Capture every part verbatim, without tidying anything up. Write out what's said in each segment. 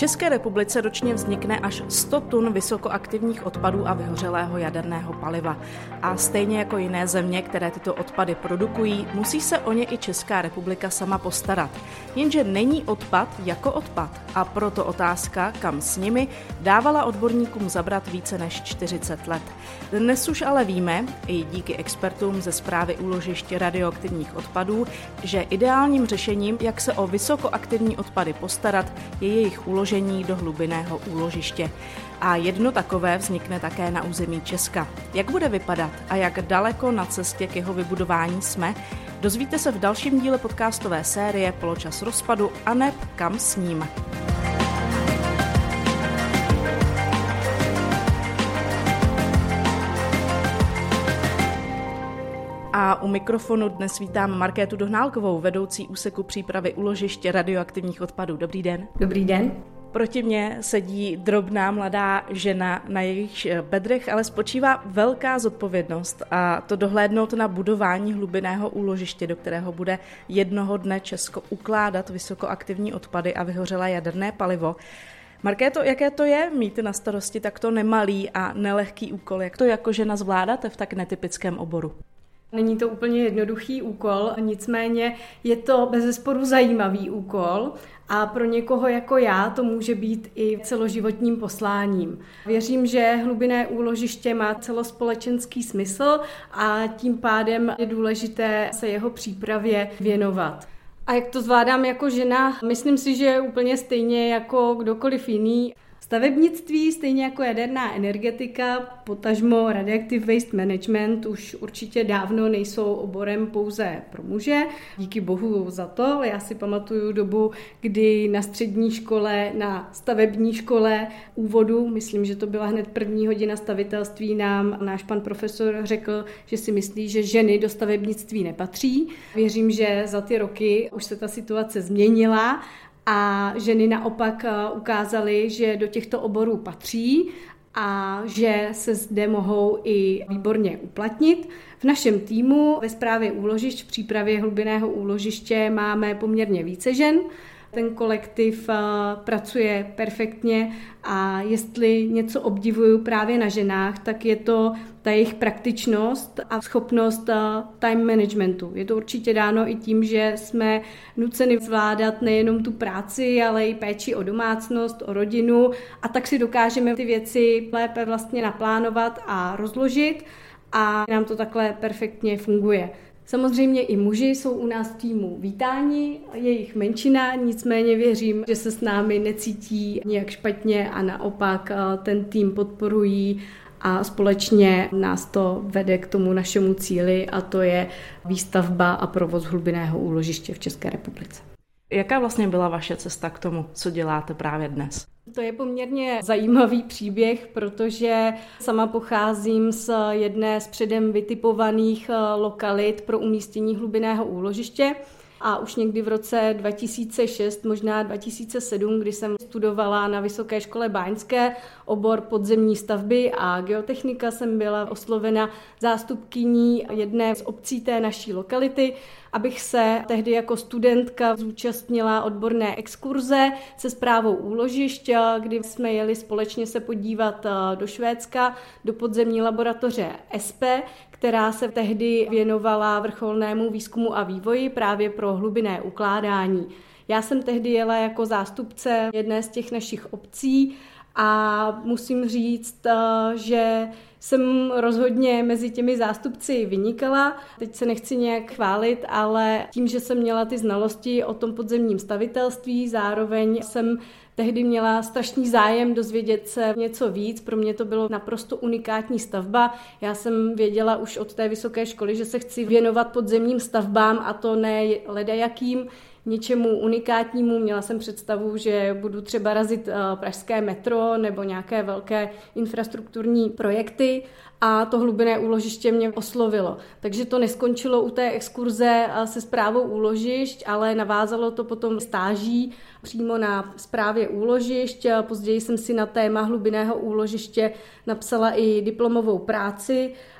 České republice ročně vznikne až sto tun vysokoaktivních odpadů a vyhořelého jaderného paliva. A stejně jako jiné země, které tyto odpady produkují, musí se o ně i Česká republika sama postarat. Jenže není odpad jako odpad a proto otázka, kam s nimi, dávala odborníkům zabrat více než čtyřicet let. Dnes už ale víme, i díky expertům ze Správy úložišť radioaktivních odpadů, že ideálním řešením, jak se o vysokoaktivní odpady postarat, je jejich uložení do hlubinného úložiště. A jedno takové vznikne také na území Česka. Jak bude vypadat a jak daleko na cestě k jeho vybudování jsme, dozvíte se v dalším díle podcastové série Poločas rozpadu aneb kam s ním. A u mikrofonu dnes vítám Markétu Dohnálkovou, vedoucí úseku přípravy úložiště radioaktivních odpadů. Dobrý den. Dobrý den. Proti mně sedí drobná mladá žena, na jejichž bedrech ale spočívá velká zodpovědnost, a to dohlédnout na budování hlubinného úložiště, do kterého bude jednoho dne Česko ukládat vysokoaktivní odpady a vyhořelé jaderné palivo. Markéto, jaké to je mít na starosti takto nemalý a nelehký úkol? Jak to jako žena zvládáte v tak netypickém oboru? Není to úplně jednoduchý úkol, nicméně je to bezesporu zajímavý úkol a pro někoho jako já to může být i celoživotním posláním. Věřím, že hlubinné úložiště má celospolečenský smysl a tím pádem je důležité se jeho přípravě věnovat. A jak to zvládám jako žena? Myslím si, že úplně stejně jako kdokoliv jiný. Stavebnictví, stejně jako jaderná energetika, potažmo radioactive waste management už určitě dávno nejsou oborem pouze pro muže. Díky bohu za to. Já si pamatuju dobu, kdy na střední škole, na stavební škole úvodu, myslím, že to byla hned první hodina stavitelství, nám náš pan profesor řekl, že si myslí, že ženy do stavebnictví nepatří. Věřím, že za ty roky už se ta situace změnila a ženy naopak ukázaly, že do těchto oborů patří a že se zde mohou i výborně uplatnit. V našem týmu ve Správě úložišť v přípravě hlubinného úložiště máme poměrně více žen. Ten kolektiv pracuje perfektně a jestli něco obdivuju právě na ženách, tak je to ta jejich praktičnost a schopnost time managementu. Je to určitě dáno i tím, že jsme nuceni zvládat nejenom tu práci, ale i péči o domácnost, o rodinu, a tak si dokážeme ty věci lépe vlastně naplánovat a rozložit a nám to takhle perfektně funguje. Samozřejmě i muži jsou u nás v týmu vítáni, je jich menšina, nicméně věřím, že se s námi necítí nijak špatně a naopak ten tým podporují a společně nás to vede k tomu našemu cíli, a to je výstavba a provoz hlubinného úložiště v České republice. Jaká vlastně byla vaše cesta k tomu, co děláte právě dnes? To je poměrně zajímavý příběh, protože sama pocházím z jedné z předem vytipovaných lokalit pro umístění hlubinného úložiště. A už někdy v roce dva tisíce šest, možná dva tisíce sedm, kdy jsem studovala na Vysoké škole báňské obor podzemní stavby a geotechnika, jsem byla oslovena zástupkyní jedné z obcí té naší lokality, abych se tehdy jako studentka zúčastnila odborné exkurze se správou úložišť, kdy jsme jeli společně se podívat do Švédska, do podzemní laboratoře E S P E, která se tehdy věnovala vrcholnému výzkumu a vývoji právě pro hlubinné ukládání. Já jsem tehdy jela jako zástupce jedné z těch našich obcí a musím říct, že jsem rozhodně mezi těmi zástupci vynikala. Teď se nechci nějak chválit, ale tím, že jsem měla ty znalosti o tom podzemním stavitelství, zároveň jsem tehdy měla strašný zájem dozvědět se něco víc. Pro mě to bylo naprosto unikátní stavba. Já jsem věděla už od té vysoké školy, že se chci věnovat podzemním stavbám, a to ne ledajakým, něčemu unikátnímu. Měla jsem představu, že budu třeba razit pražské metro nebo nějaké velké infrastrukturní projekty, a to hlubinné úložiště mě oslovilo. Takže to neskončilo u té exkurze se správou úložišť, ale navázalo to potom stáží přímo na správě úložišť. Později jsem si na téma hlubinného úložiště napsala i diplomovou práci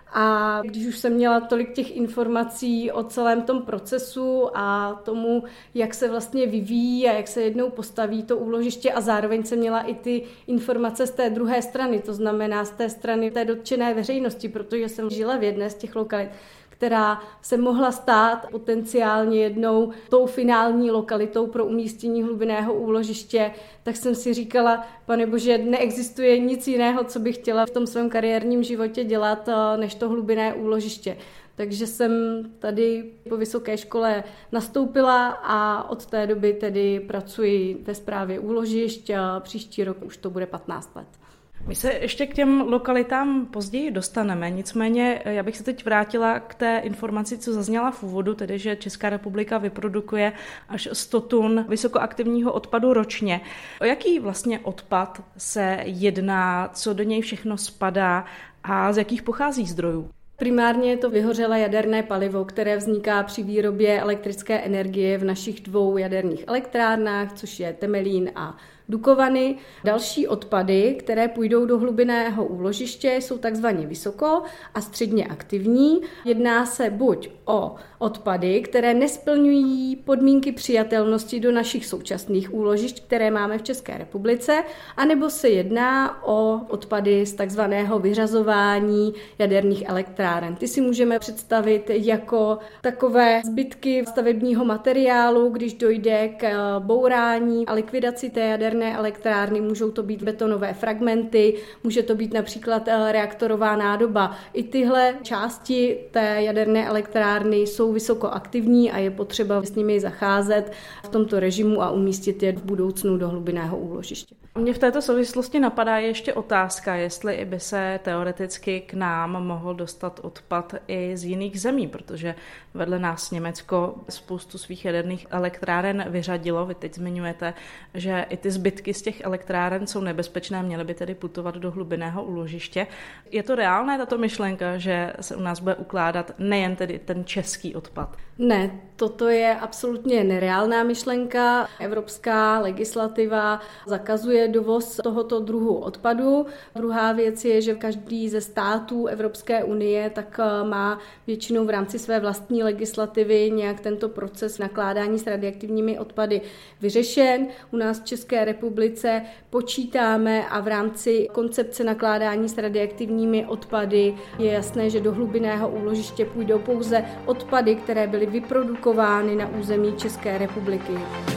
A když už jsem měla tolik těch informací o celém tom procesu a tomu, jak se vlastně vyvíjí a jak se jednou postaví to úložiště a zároveň jsem měla i ty informace z té druhé strany, to znamená z té strany té dotčené veřejnosti, protože jsem žila v jedné z těch lokalit, která se mohla stát potenciálně jednou tou finální lokalitou pro umístění hlubinného úložiště, tak jsem si říkala, pane bože, neexistuje nic jiného, co bych chtěla v tom svém kariérním životě dělat, než to hlubinné úložiště. Takže jsem tady po vysoké škole nastoupila a od té doby tedy pracuji ve správě úložišť a příští rok už to bude patnáct let. My se ještě k těm lokalitám později dostaneme, nicméně já bych se teď vrátila k té informaci, co zazněla v úvodu, tedy že Česká republika vyprodukuje až sto tun vysokoaktivního odpadu ročně. O jaký vlastně odpad se jedná, co do něj všechno spadá a z jakých pochází zdrojů? Primárně je to vyhořelé jaderné palivo, které vzniká při výrobě elektrické energie v našich dvou jaderných elektrárnách, což je Temelín a Dukovany. Další odpady, které půjdou do hlubinného úložiště, jsou takzvaně vysoko a středně aktivní. Jedná se buď o odpady, které nesplňují podmínky přijatelnosti do našich současných úložišť, které máme v České republice, anebo se jedná o odpady z takzvaného vyřazování jaderných elektráren. Ty si můžeme představit jako takové zbytky stavebního materiálu, když dojde k bourání a likvidaci té jaderné elektrárny, můžou to být betonové fragmenty, může to být například reaktorová nádoba. I tyhle části té jaderné elektrárny jsou vysokoaktivní a je potřeba s nimi zacházet v tomto režimu a umístit je v budoucnu do hlubinného úložiště. Mně v této souvislosti napadá ještě otázka, jestli by se teoreticky k nám mohl dostat odpad i z jiných zemí, protože vedle nás Německo spoustu svých jaderných elektráren vyřadilo. Vy teď zmiňujete, že i ty zbytky z těch elektráren jsou nebezpečné, měly by tedy putovat do hlubinného úložiště. Je to reálné, tato myšlenka, že se u nás bude ukládat nejen tedy ten český odpad? Ne, toto je absolutně nereálná myšlenka. Evropská legislativa zakazuje dovoz tohoto druhu odpadu. Druhá věc je, že každý ze států Evropské unie tak má většinou v rámci své vlastní legislativy nějak tento proces nakládání s radioaktivními odpady vyřešen. U nás v České republice počítáme a v rámci koncepce nakládání s radioaktivními odpady je jasné, že do hlubinného úložiště půjdou pouze odpady, které byly vyprodukovány na území České republiky.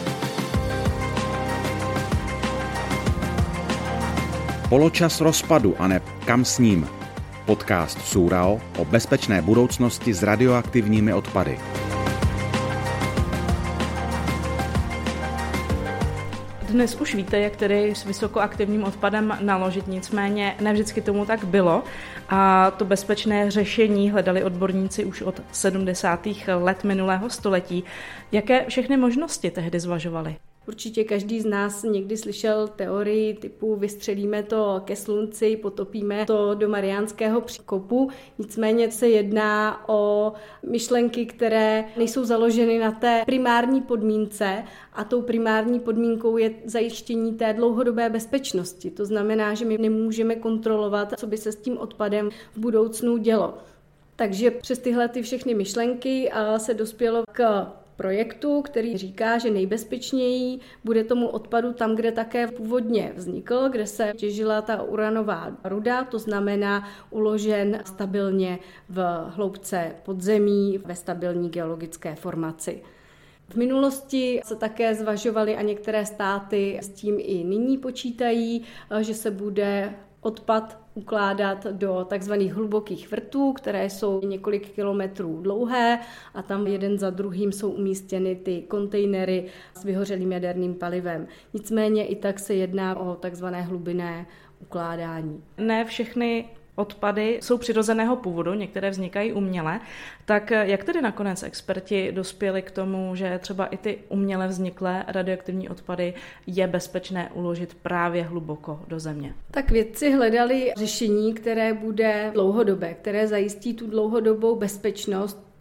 Poločas rozpadu aneb kam s ním? Podcast SÚRAO o bezpečné budoucnosti s radioaktivními odpady. Dnes už víte, jak tedy s vysokoaktivním odpadem naložit, nicméně ne vždycky tomu tak bylo a to bezpečné řešení hledali odborníci už od sedmdesátých let minulého století. Jaké všechny možnosti tehdy zvažovali? Určitě každý z nás někdy slyšel teorii typu vystřelíme to ke slunci, potopíme to do Mariánského příkopu. Nicméně se jedná o myšlenky, které nejsou založeny na té primární podmínce a tou primární podmínkou je zajištění té dlouhodobé bezpečnosti. To znamená, že my nemůžeme kontrolovat, co by se s tím odpadem v budoucnu dělo. Takže přes tyhle ty všechny myšlenky se dospělo k projektu, který říká, že nejbezpečněji bude tomu odpadu tam, kde také původně vznikl, kde se těžila ta uranová ruda, to znamená uložen stabilně v hloubce podzemí ve stabilní geologické formaci. V minulosti se také zvažovaly a některé státy s tím i nyní počítají, že se bude odpad ukládat do takzvaných hlubokých vrtů, které jsou několik kilometrů dlouhé a tam jeden za druhým jsou umístěny ty kontejnery s vyhořelým jaderným palivem. Nicméně i tak se jedná o takzvané hlubinné ukládání. Ne všechny odpady jsou přirozeného původu, některé vznikají uměle, tak jak tedy nakonec experti dospěli k tomu, že třeba i ty uměle vzniklé radioaktivní odpady je bezpečné uložit právě hluboko do země? Tak vědci hledali řešení, které bude dlouhodobé, které zajistí tu dlouhodobou bezpečnost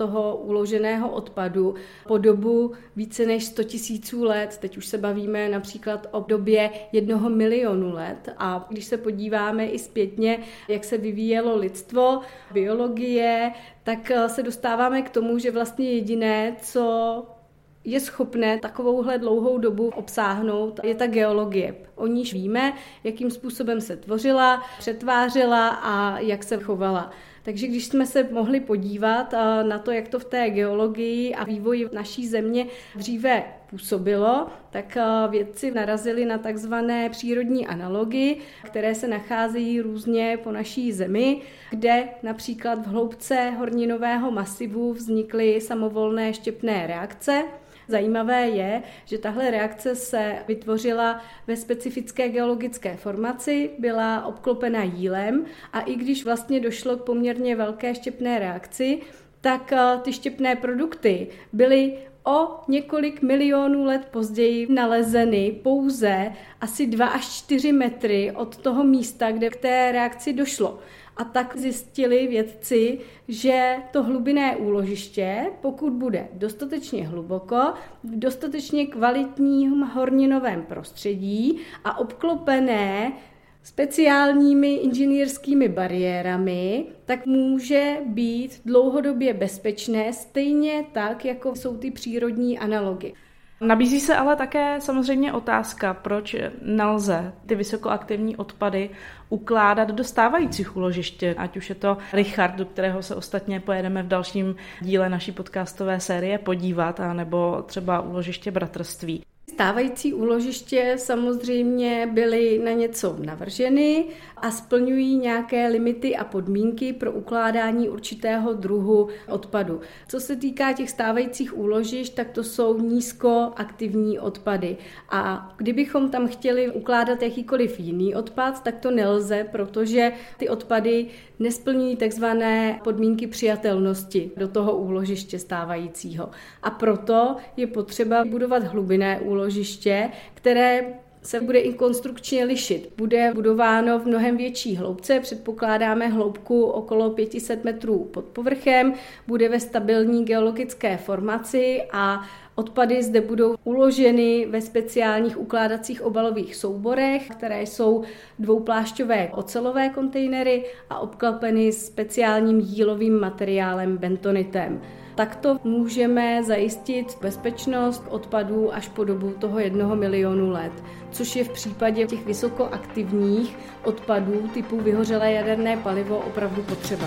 toho uloženého odpadu po dobu více než sto tisíců let. Teď už se bavíme například o době jednoho milionu let. A když se podíváme i zpětně, jak se vyvíjelo lidstvo, biologie, tak se dostáváme k tomu, že vlastně jediné, co je schopné takovouhle dlouhou dobu obsáhnout, je ta geologie. O níž víme, jakým způsobem se tvořila, přetvářela a jak se chovala. Takže když jsme se mohli podívat na to, jak to v té geologii a vývoji naší země dříve působilo, tak vědci narazili na takzvané přírodní analogy, které se nacházejí různě po naší zemi, kde například v hloubce horninového masivu vznikly samovolné štěpné reakce. Zajímavé je, že tahle reakce se vytvořila ve specifické geologické formaci, byla obklopena jílem a i když vlastně došlo k poměrně velké štěpné reakci, tak ty štěpné produkty byly o několik milionů let později nalezeny pouze asi dva až čtyři metry od toho místa, kde k té reakci došlo. A tak zjistili vědci, že to hlubinné úložiště, pokud bude dostatečně hluboko, v dostatečně kvalitním horninovém prostředí a obklopené speciálními inženýrskými bariérami, tak může být dlouhodobě bezpečné, stejně tak, jako jsou ty přírodní analogy. Nabízí se ale také samozřejmě otázka, proč nelze ty vysokoaktivní odpady ukládat do stávajících úložiště, ať už je to Richard, do kterého se ostatně pojedeme v dalším díle naší podcastové série podívat, anebo třeba úložiště Bratrství. Stávající úložiště samozřejmě byly na něco navrženy a splňují nějaké limity a podmínky pro ukládání určitého druhu odpadu. Co se týká těch stávajících úložišť, tak to jsou nízkoaktivní odpady. A kdybychom tam chtěli ukládat jakýkoliv jiný odpad, tak to nelze, protože ty odpady nesplňují takzvané podmínky přijatelnosti do toho úložiště stávajícího. A proto je potřeba budovat hlubinné úložiště, které se bude i konstrukčně lišit. Bude budováno v mnohem větší hloubce, předpokládáme hloubku okolo pět set metrů pod povrchem, bude ve stabilní geologické formaci a odpady zde budou uloženy ve speciálních ukládacích obalových souborech, které jsou dvouplášťové ocelové kontejnery a obklopeny speciálním jílovým materiálem bentonitem. Takto můžeme zajistit bezpečnost odpadů až po dobu toho jednoho milionu let, což je v případě těch vysokoaktivních odpadů typu vyhořelé jaderné palivo opravdu potřeba.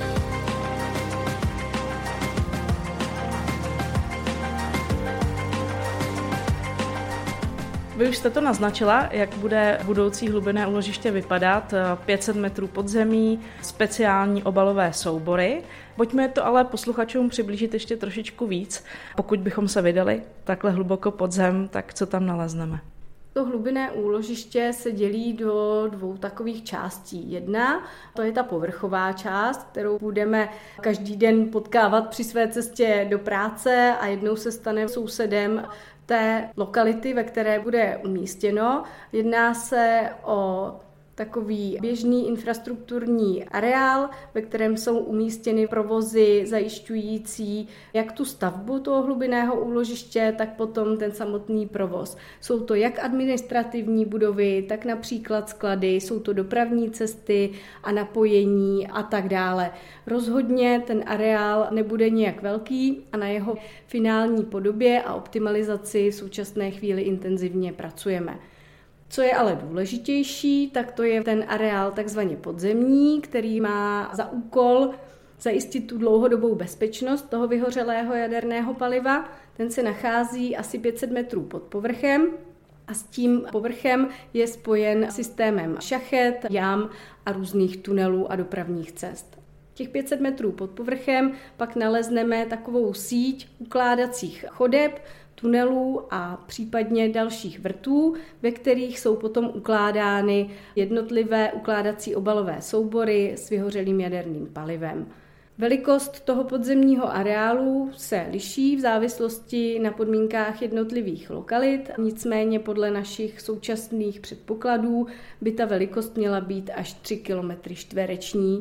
Vy už jste to naznačila, jak bude budoucí hlubinné úložiště vypadat. pět set metrů pod zemí, speciální obalové soubory. Pojďme to ale posluchačům přiblížit ještě trošičku víc. Pokud bychom se vydali takhle hluboko pod zem, tak co tam nalezneme? To hlubinné úložiště se dělí do dvou takových částí. Jedna, to je ta povrchová část, kterou budeme každý den potkávat při své cestě do práce a jednou se stane sousedem té lokality, ve které bude umístěno. Jedná se o takový běžný infrastrukturní areál, ve kterém jsou umístěny provozy zajišťující jak tu stavbu toho hlubinného úložiště, tak potom ten samotný provoz. Jsou to jak administrativní budovy, tak například sklady, jsou to dopravní cesty a napojení a tak dále. Rozhodně ten areál nebude nějak velký a na jeho finální podobě a optimalizaci v současné chvíli intenzivně pracujeme. Co je ale důležitější, tak to je ten areál takzvaně podzemní, který má za úkol zajistit tu dlouhodobou bezpečnost toho vyhořelého jaderného paliva. Ten se nachází asi pět set metrů pod povrchem a s tím povrchem je spojen systémem šachet, jam a různých tunelů a dopravních cest. Těch pět set metrů pod povrchem pak nalezneme takovou síť ukládacích chodeb, tunelů a případně dalších vrtů, ve kterých jsou potom ukládány jednotlivé ukládací obalové soubory s vyhořelým jaderným palivem. Velikost toho podzemního areálu se liší v závislosti na podmínkách jednotlivých lokalit, nicméně podle našich současných předpokladů by ta velikost měla být až tři kilometry čtvereční,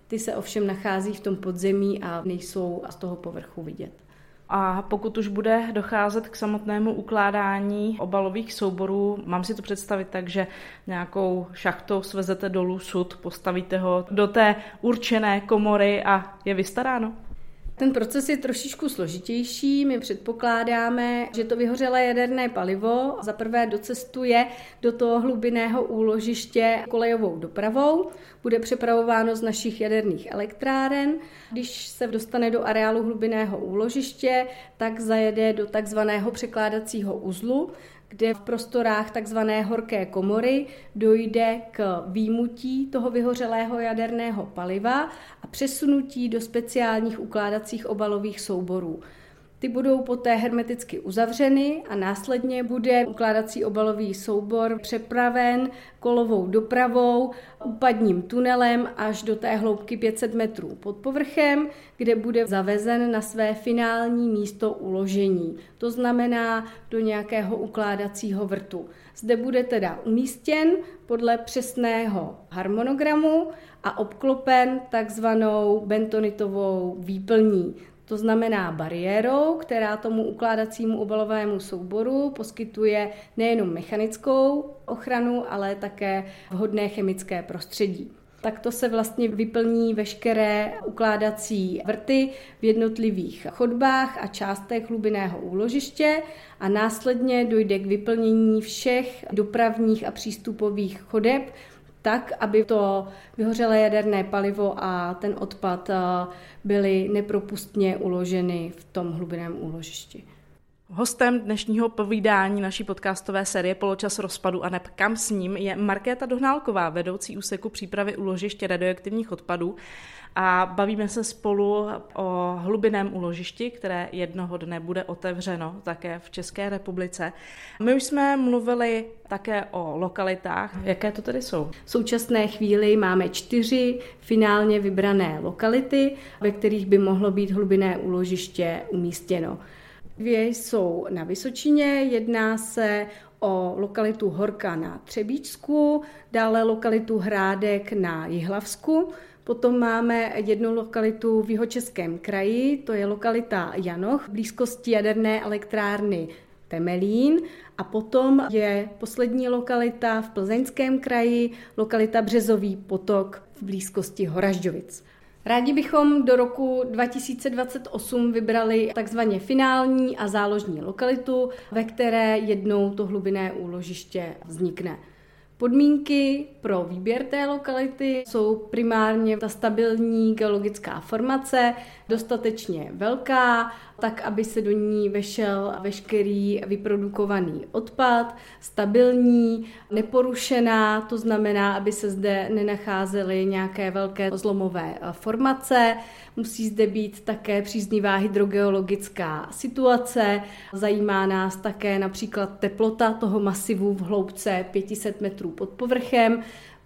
Ty se ovšem nachází v tom podzemí a nejsou z toho povrchu vidět. A pokud už bude docházet k samotnému ukládání obalových souborů, mám si to představit tak, že nějakou šachtou svezete dolů sud, postavíte ho do té určené komory a je vystaráno? Ten proces je trošičku složitější. My předpokládáme, že to vyhořelé jaderné palivo zaprvé docestuje do toho hlubinného úložiště kolejovou dopravou, bude přepravováno z našich jaderných elektráren. Když se dostane do areálu hlubinného úložiště, tak zajede do takzvaného překládacího uzlu, kde v prostorách takzvané horké komory dojde k výjimutí toho vyhořelého jaderného paliva a přesunutí do speciálních ukládacích obalových souborů. Ty budou poté hermeticky uzavřeny a následně bude ukládací obalový soubor přepraven kolovou dopravou úpadním tunelem až do té hloubky pět set metrů pod povrchem, kde bude zavezen na své finální místo uložení. To znamená do nějakého ukládacího vrtu. Zde bude teda umístěn podle přesného harmonogramu a obklopen takzvanou bentonitovou výplní. To znamená bariérou, která tomu ukládacímu obalovému souboru poskytuje nejenom mechanickou ochranu, ale také vhodné chemické prostředí. Takto se vlastně vyplní veškeré ukládací vrty v jednotlivých chodbách a částech hlubinného úložiště a následně dojde k vyplnění všech dopravních a přístupových chodeb, tak, aby to vyhořelé jaderné palivo a ten odpad byly nepropustně uloženy v tom hlubinném úložišti. Hostem dnešního povídání naší podcastové série Poločas rozpadu aneb Kam s ním je Markéta Dohnálková, vedoucí úseku přípravy úložiště radioaktivních odpadů. A bavíme se spolu o hlubinném úložišti, které jednoho dne bude otevřeno také v České republice. My už jsme mluvili také o lokalitách. Jaké to tedy jsou? V současné chvíli máme čtyři finálně vybrané lokality, ve kterých by mohlo být hlubinné úložiště umístěno. Dvě jsou na Vysočině, jedná se o lokalitu Horka na Třebíčsku, dále lokalitu Hrádek na Jihlavsku. Potom máme jednu lokalitu v Jihočeském kraji, to je lokalita Janoch v blízkosti jaderné elektrárny Temelín. A potom je poslední lokalita v Plzeňském kraji, lokalita Březový potok v blízkosti Horažďovic. Rádi bychom do roku dva tisíce dvacet osm vybrali takzvaně finální a záložní lokalitu, ve které jednou to hlubinné úložiště vznikne. Podmínky pro výběr té lokality jsou primárně ta stabilní geologická formace, dostatečně velká, tak aby se do ní vešel veškerý vyprodukovaný odpad, stabilní, neporušená, to znamená, aby se zde nenacházely nějaké velké zlomové formace, musí zde být také příznivá hydrogeologická situace, zajímá nás také například teplota toho masivu v hloubce pět set metrů pod povrchem,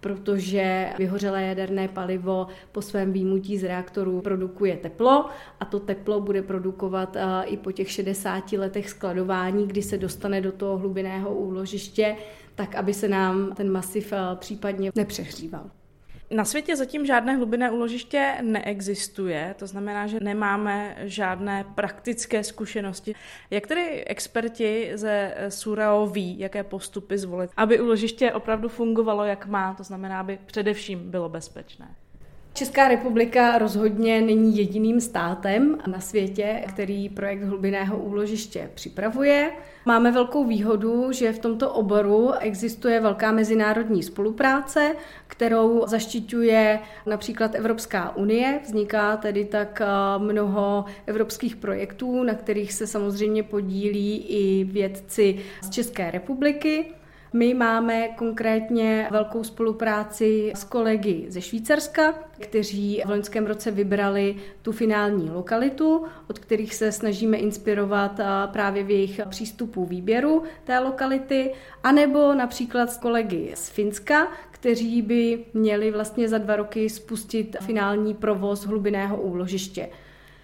protože vyhořelé jaderné palivo po svém výjimutí z reaktoru produkuje teplo a to teplo bude produkovat i po těch šedesáti letech skladování, kdy se dostane do toho hlubinného úložiště, tak aby se nám ten masiv případně nepřehříval. Na světě zatím žádné hlubinné úložiště neexistuje, to znamená, že nemáme žádné praktické zkušenosti. Jak tedy experti ze SÚRAO ví, jaké postupy zvolit, aby úložiště opravdu fungovalo, jak má, to znamená, aby především bylo bezpečné? Česká republika rozhodně není jediným státem na světě, který projekt hlubinného úložiště připravuje. Máme velkou výhodu, že v tomto oboru existuje velká mezinárodní spolupráce, kterou zaštiťuje například Evropská unie. Vzniká tedy tak mnoho evropských projektů, na kterých se samozřejmě podílí i vědci z České republiky. My máme konkrétně velkou spolupráci s kolegy ze Švýcarska, kteří v loňském roce vybrali tu finální lokalitu, od kterých se snažíme inspirovat právě v jejich přístupu výběru té lokality, anebo například s kolegy z Finska, kteří by měli vlastně za dva roky spustit finální provoz hlubinného úložiště.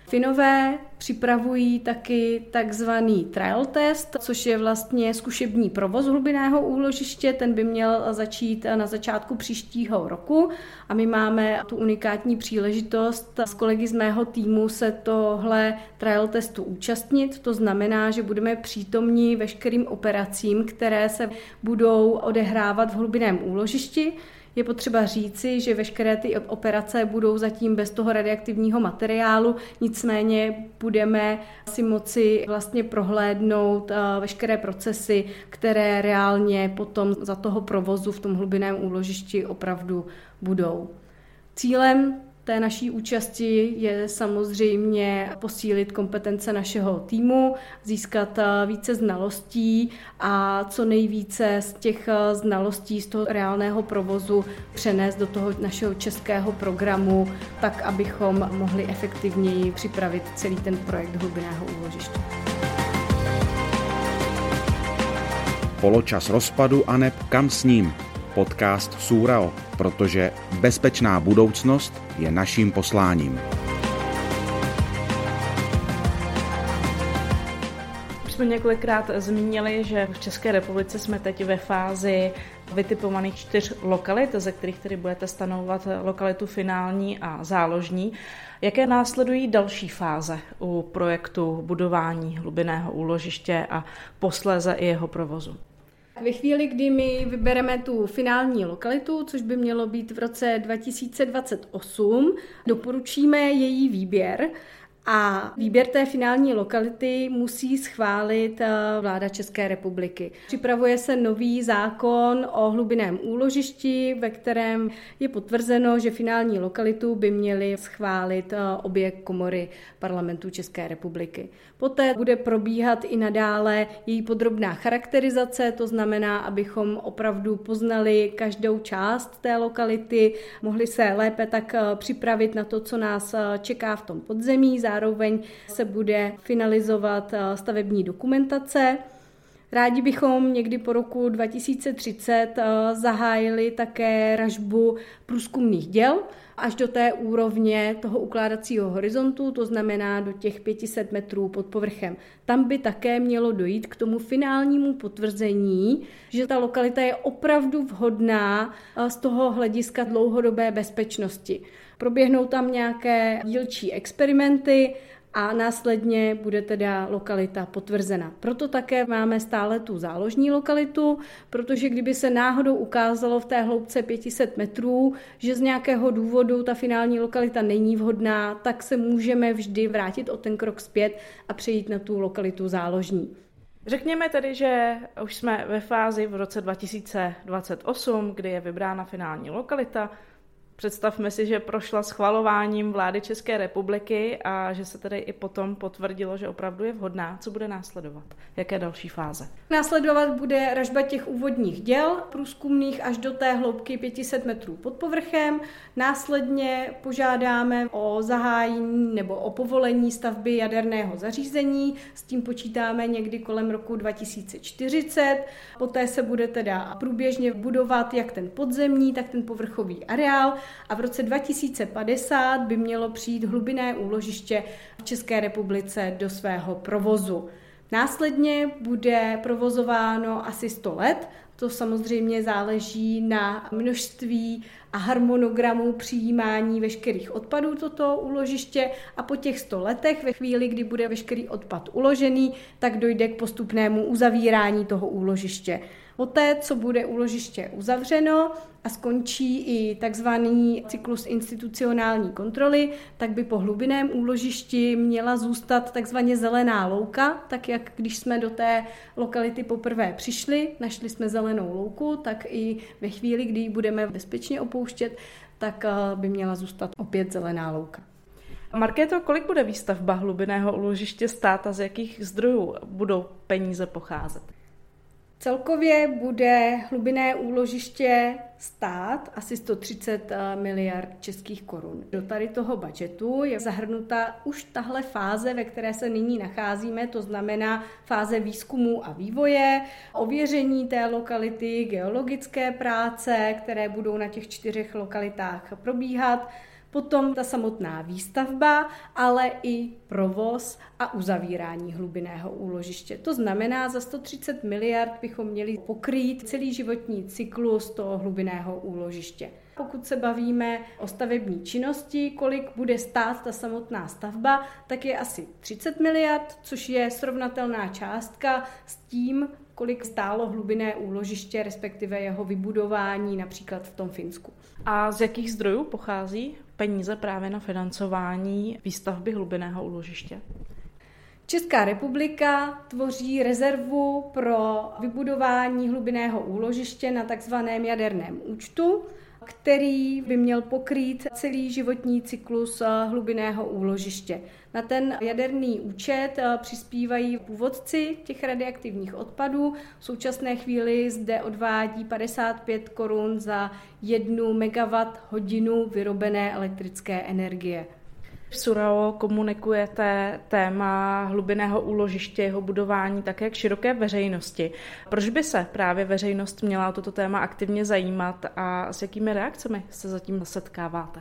Finové připravují taky takzvaný trial test, což je vlastně zkušební provoz hlubinného úložiště. Ten by měl začít na začátku příštího roku a my máme tu unikátní příležitost s kolegy z mého týmu se tohle trial testu účastnit. To znamená, že budeme přítomní veškerým operacím, které se budou odehrávat v hlubinném úložišti. Je potřeba říci, že veškeré ty operace budou zatím bez toho radioaktivního materiálu, nicméně budeme si moci vlastně prohlédnout veškeré procesy, které reálně potom za toho provozu v tom hlubinném úložišti opravdu budou. Cílem té naší účasti je samozřejmě posílit kompetence našeho týmu, získat více znalostí a co nejvíce z těch znalostí z toho reálného provozu přenést do toho našeho českého programu, tak abychom mohli efektivněji připravit celý ten projekt hlubinného úložiště. Poločas rozpadu a neb kam s ním? Podcast Súrao, protože bezpečná budoucnost je naším posláním. Už jsme několikrát zmínili, že v České republice jsme teď ve fázi vytipovaných čtyř lokalit, ze kterých tedy budete stanovovat lokalitu finální a záložní. Jaké následují další fáze u projektu budování hlubinného úložiště a posléze i jeho provozu? Ve chvíli, kdy my vybereme tu finální lokalitu, což by mělo být v roce dva tisíce dvacet osm, doporučíme její výběr a výběr té finální lokality musí schválit vláda České republiky. Připravuje se nový zákon o hlubinném úložišti, ve kterém je potvrzeno, že finální lokalitu by měly schválit obě komory Parlamentu České republiky. Poté bude probíhat i nadále její podrobná charakterizace, to znamená, abychom opravdu poznali každou část té lokality, mohli se lépe tak připravit na to, co nás čeká v tom podzemí. Zároveň se bude finalizovat stavební dokumentace. Rádi bychom někdy po roku dva tisíce třicet zahájili také ražbu průzkumných děl až do té úrovně toho ukládacího horizontu, to znamená do těch pět set metrů pod povrchem. Tam by také mělo dojít k tomu finálnímu potvrzení, že ta lokalita je opravdu vhodná z toho hlediska dlouhodobé bezpečnosti. Proběhnou tam nějaké dílčí experimenty a následně bude teda lokalita potvrzena. Proto také máme stále tu záložní lokalitu, protože kdyby se náhodou ukázalo v té hloubce pět set metrů, že z nějakého důvodu ta finální lokalita není vhodná, tak se můžeme vždy vrátit o ten krok zpět a přejít na tu lokalitu záložní. Řekněme tedy, že už jsme ve fázi v roce dva tisíce dvacet osm, kdy je vybrána finální lokalita. Představme si, že prošla schvalováním vlády České republiky a že se tedy i potom potvrdilo, že opravdu je vhodná. Co bude následovat? Jaké další fáze? Následovat bude ražba těch úvodních děl průzkumných až do té hloubky pět set metrů pod povrchem. Následně požádáme o zahájení nebo o povolení stavby jaderného zařízení. S tím počítáme někdy kolem roku dva tisíce čtyřicet. Poté se bude teda průběžně budovat jak ten podzemní, tak ten povrchový areál. A v roce dva tisíce padesát by mělo přijít hlubinné úložiště v České republice do svého provozu. Následně bude provozováno asi sto let, to samozřejmě záleží na množství a harmonogramu přijímání veškerých odpadů toto úložiště a po těch sto letech, ve chvíli, kdy bude veškerý odpad uložený, tak dojde k postupnému uzavírání toho úložiště. Poté, co bude úložiště uzavřeno a skončí i takzvaný cyklus institucionální kontroly, tak by po hlubinném úložišti měla zůstat takzvaně zelená louka, tak jak když jsme do té lokality poprvé přišli, našli jsme zelenou louku, tak i ve chvíli, kdy ji budeme bezpečně opouštět, tak by měla zůstat opět zelená louka. Markéto, kolik bude výstavba hlubinného úložiště stát a z jakých zdrojů budou peníze pocházet? Celkově bude hlubinné úložiště stát asi sto třicet miliard českých korun. Do tady toho budžetu je zahrnuta už tahle fáze, ve které se nyní nacházíme, to znamená fáze výzkumu a vývoje, ověření té lokality, geologické práce, které budou na těch čtyřech lokalitách probíhat, potom ta samotná výstavba, ale i provoz a uzavírání hlubinného úložiště. To znamená, za sto třicet miliard bychom měli pokrýt celý životní cyklus toho hlubinného úložiště. Pokud se bavíme o stavební činnosti, kolik bude stát ta samotná stavba, tak je asi třicet miliard, což je srovnatelná částka s tím, kolik stálo hlubinné úložiště, respektive jeho vybudování například v tom Finsku. A z jakých zdrojů pochází peníze právě na financování výstavby hlubinného úložiště? Česká republika tvoří rezervu pro vybudování hlubinného úložiště na takzvaném jaderném účtu, který by měl pokrýt celý životní cyklus hlubinného úložiště. Na ten jaderný účet přispívají původci těch radioaktivních odpadů. V současné chvíli zde odvádí padesát pět korun za jednu megawatt hodinu vyrobené elektrické energie. V SÚRAO komunikujete téma hlubinného úložiště, jeho budování také k široké veřejnosti. Proč by se právě veřejnost měla o toto téma aktivně zajímat a s jakými reakcemi se zatím setkáváte?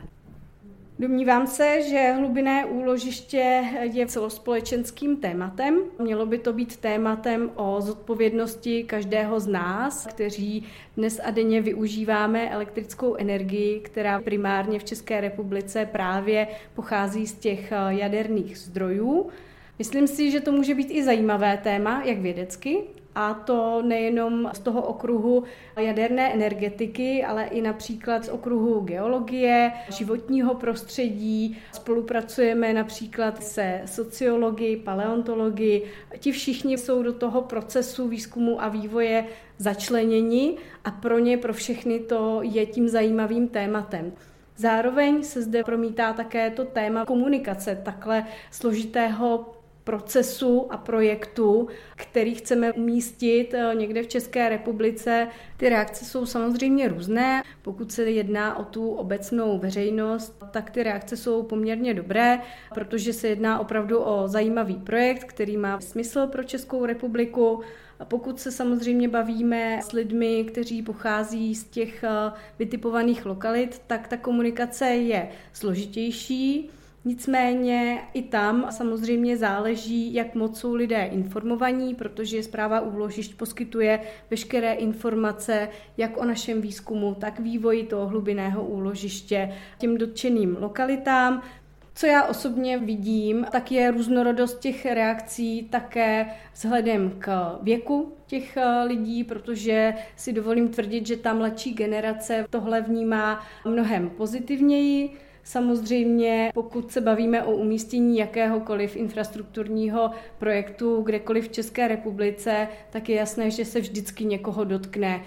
Domnívám se, že hlubinné úložiště je celospolečenským tématem. Mělo by to být tématem o zodpovědnosti každého z nás, kteří dnes a denně využíváme elektrickou energii, která primárně v České republice právě pochází z těch jaderných zdrojů. Myslím si, že to může být i zajímavé téma, jak vědecky, a to nejenom z toho okruhu jaderné energetiky, ale i například z okruhu geologie, životního prostředí. Spolupracujeme například se sociology, paleontology. Ti všichni jsou do toho procesu výzkumu a vývoje začleněni a pro ně, pro všechny to je tím zajímavým tématem. Zároveň se zde promítá také to téma komunikace takhle složitého procesu a projektu, který chceme umístit někde v České republice. Ty reakce jsou samozřejmě různé. Pokud se jedná o tu obecnou veřejnost, tak ty reakce jsou poměrně dobré, protože se jedná opravdu o zajímavý projekt, který má smysl pro Českou republiku. A pokud se samozřejmě bavíme s lidmi, kteří pochází z těch vytipovaných lokalit, tak ta komunikace je složitější. Nicméně i tam samozřejmě záleží, jak moc jsou lidé informovaní, protože Správa úložišť poskytuje veškeré informace jak o našem výzkumu, tak vývoji toho hlubinného úložiště těm dotčeným lokalitám. Co já osobně vidím, tak je různorodost těch reakcí také vzhledem k věku těch lidí, protože si dovolím tvrdit, že ta mladší generace tohle vnímá mnohem pozitivněji. Samozřejmě, pokud se bavíme o umístění jakéhokoliv infrastrukturního projektu kdekoliv v České republice, tak je jasné, že se vždycky někoho dotkne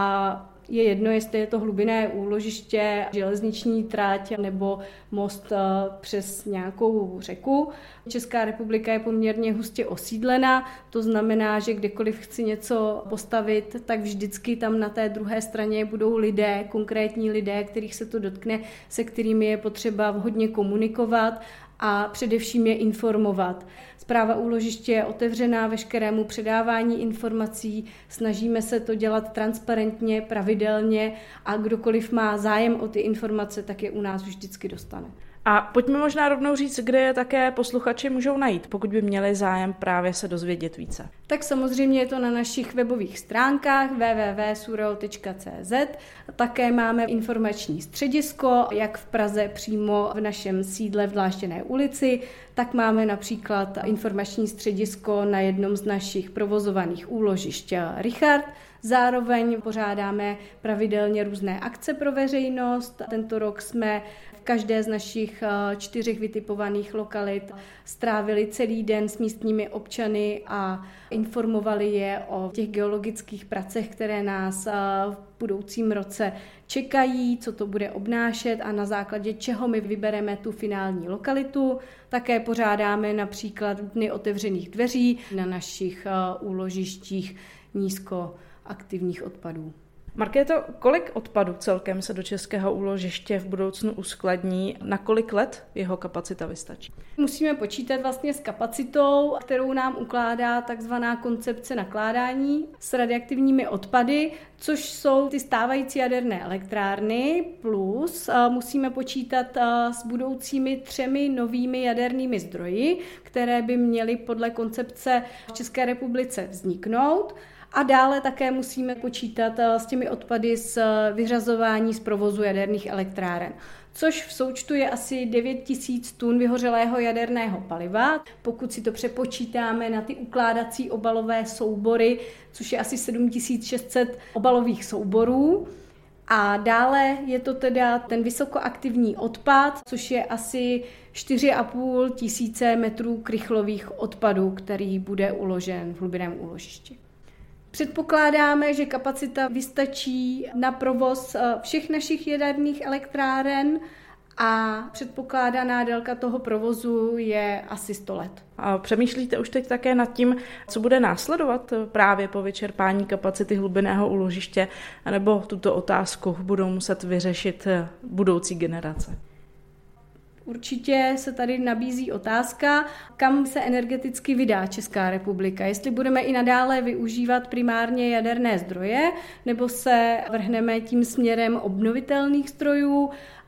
a je jedno, jestli je to hlubinné úložiště, železniční trať nebo most přes nějakou řeku. Česká republika je poměrně hustě osídlena, to znamená, že kdekoliv chci něco postavit, tak vždycky tam na té druhé straně budou lidé, konkrétní lidé, kterých se to dotkne, se kterými je potřeba vhodně komunikovat a především je informovat. Správa úložiště je otevřená veškerému předávání informací, snažíme se to dělat transparentně, pravidelně a kdokoliv má zájem o ty informace, tak je u nás vždycky dostane. A pojďme možná rovnou říct, kde je také posluchači můžou najít, pokud by měli zájem právě se dozvědět více. Tak samozřejmě je to na našich webových stránkách w w w tečka surao tečka c z. Také máme informační středisko, jak v Praze přímo v našem sídle v Dláštěné ulici, tak máme například informační středisko na jednom z našich provozovaných úložišť Richard. Zároveň pořádáme pravidelně různé akce pro veřejnost. Tento rok jsme v každé z našich čtyřech vytipovaných lokalit strávili celý den s místními občany a informovali je o těch geologických pracech, které nás v budoucím roce čekají, co to bude obnášet a na základě čeho my vybereme tu finální lokalitu. Také pořádáme například dny otevřených dveří na našich úložištích nízkoaktivních odpadů. Markéto, kolik odpadu celkem se do českého úložiště v budoucnu uskladní? Na kolik let jeho kapacita vystačí? Musíme počítat vlastně s kapacitou, kterou nám ukládá takzvaná koncepce nakládání s radioaktivními odpady, což jsou ty stávající jaderné elektrárny, plus musíme počítat s budoucími třemi novými jadernými zdroji, které by měly podle koncepce v České republice vzniknout. A dále také musíme počítat s těmi odpady z vyřazování z provozu jaderných elektráren, což v součtu je asi devět tisíc tun vyhořelého jaderného paliva. Pokud si to přepočítáme na ty ukládací obalové soubory, což je asi sedm tisíc šest set obalových souborů. A dále je to teda ten vysokoaktivní odpad, což je asi čtyři a půl tisíce metrů krychlových odpadů, který bude uložen v hlubinném úložišti. Předpokládáme, že kapacita vystačí na provoz všech našich jaderných elektráren a předpokládaná délka toho provozu je asi sto let. A přemýšlíte už teď také nad tím, co bude následovat právě po vyčerpání kapacity hlubinného úložiště, nebo tuto otázku budou muset vyřešit budoucí generace? Určitě se tady nabízí otázka, kam se energeticky vydá Česká republika. Jestli budeme i nadále využívat primárně jaderné zdroje, nebo se vrhneme tím směrem obnovitelných zdrojů.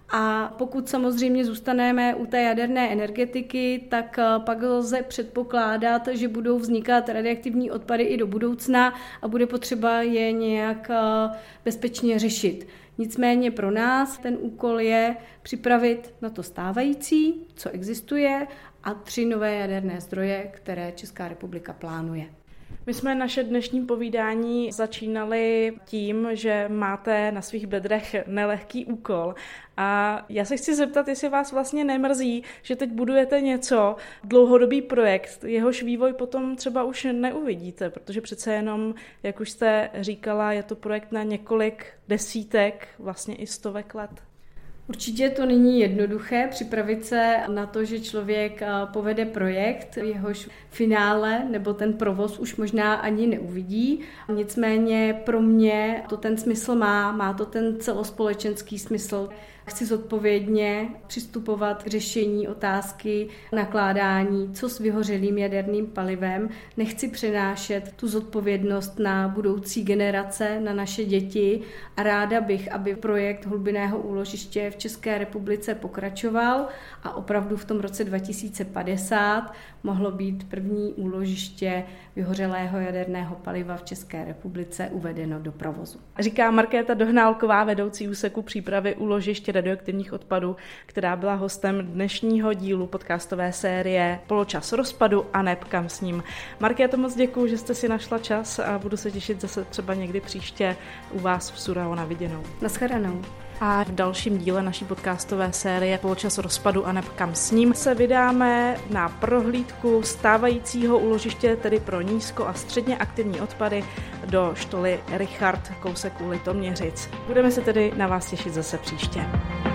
A pokud samozřejmě zůstaneme u té jaderné energetiky, tak pak lze předpokládat, že budou vznikat radioaktivní odpady i do budoucna a bude potřeba je nějak bezpečně řešit. Nicméně pro nás ten úkol je připravit na to stávající, co existuje, a tři nové jaderné zdroje, které Česká republika plánuje. My jsme naše dnešní povídání začínali tím, že máte na svých bedrech nelehký úkol. A já se chci zeptat, jestli vás vlastně nemrzí, že teď budujete něco, dlouhodobý projekt, jehož vývoj potom třeba už neuvidíte, protože přece jenom, jak už jste říkala, je to projekt na několik desítek, vlastně i stovek let. Určitě to není jednoduché připravit se na to, že člověk povede projekt, jehož finále nebo ten provoz už možná ani neuvidí. Nicméně pro mě to ten smysl má, má to ten celospolečenský smysl. Chci zodpovědně přistupovat k řešení otázky nakládání, co s vyhořelým jaderným palivem. Nechci přenášet tu zodpovědnost na budoucí generace, na naše děti a ráda bych, aby projekt hlubinného úložiště v České republice pokračoval a opravdu v tom roce dva tisíce padesát mohlo být první úložiště vyhořelého jaderného paliva v České republice uvedeno do provozu. Říká Markéta Dohnálková, vedoucí úseku přípravy úložiště radioaktivních odpadů, která byla hostem dnešního dílu podcastové série Poločas rozpadu a neb kam s ním. Markéto, moc děkuju, že jste si našla čas a budu se těšit zase třeba někdy příště u vás v Surao na viděnou. Naschledanou. A v dalším díle naší podcastové série Poločas rozpadu a neb kam s ním se vydáme na prohlídku stávajícího úložiště, tedy pro nízko- a středně aktivní odpady, do štoly Richard, kousek u Litoměřic. Budeme se tedy na vás těšit zase příště.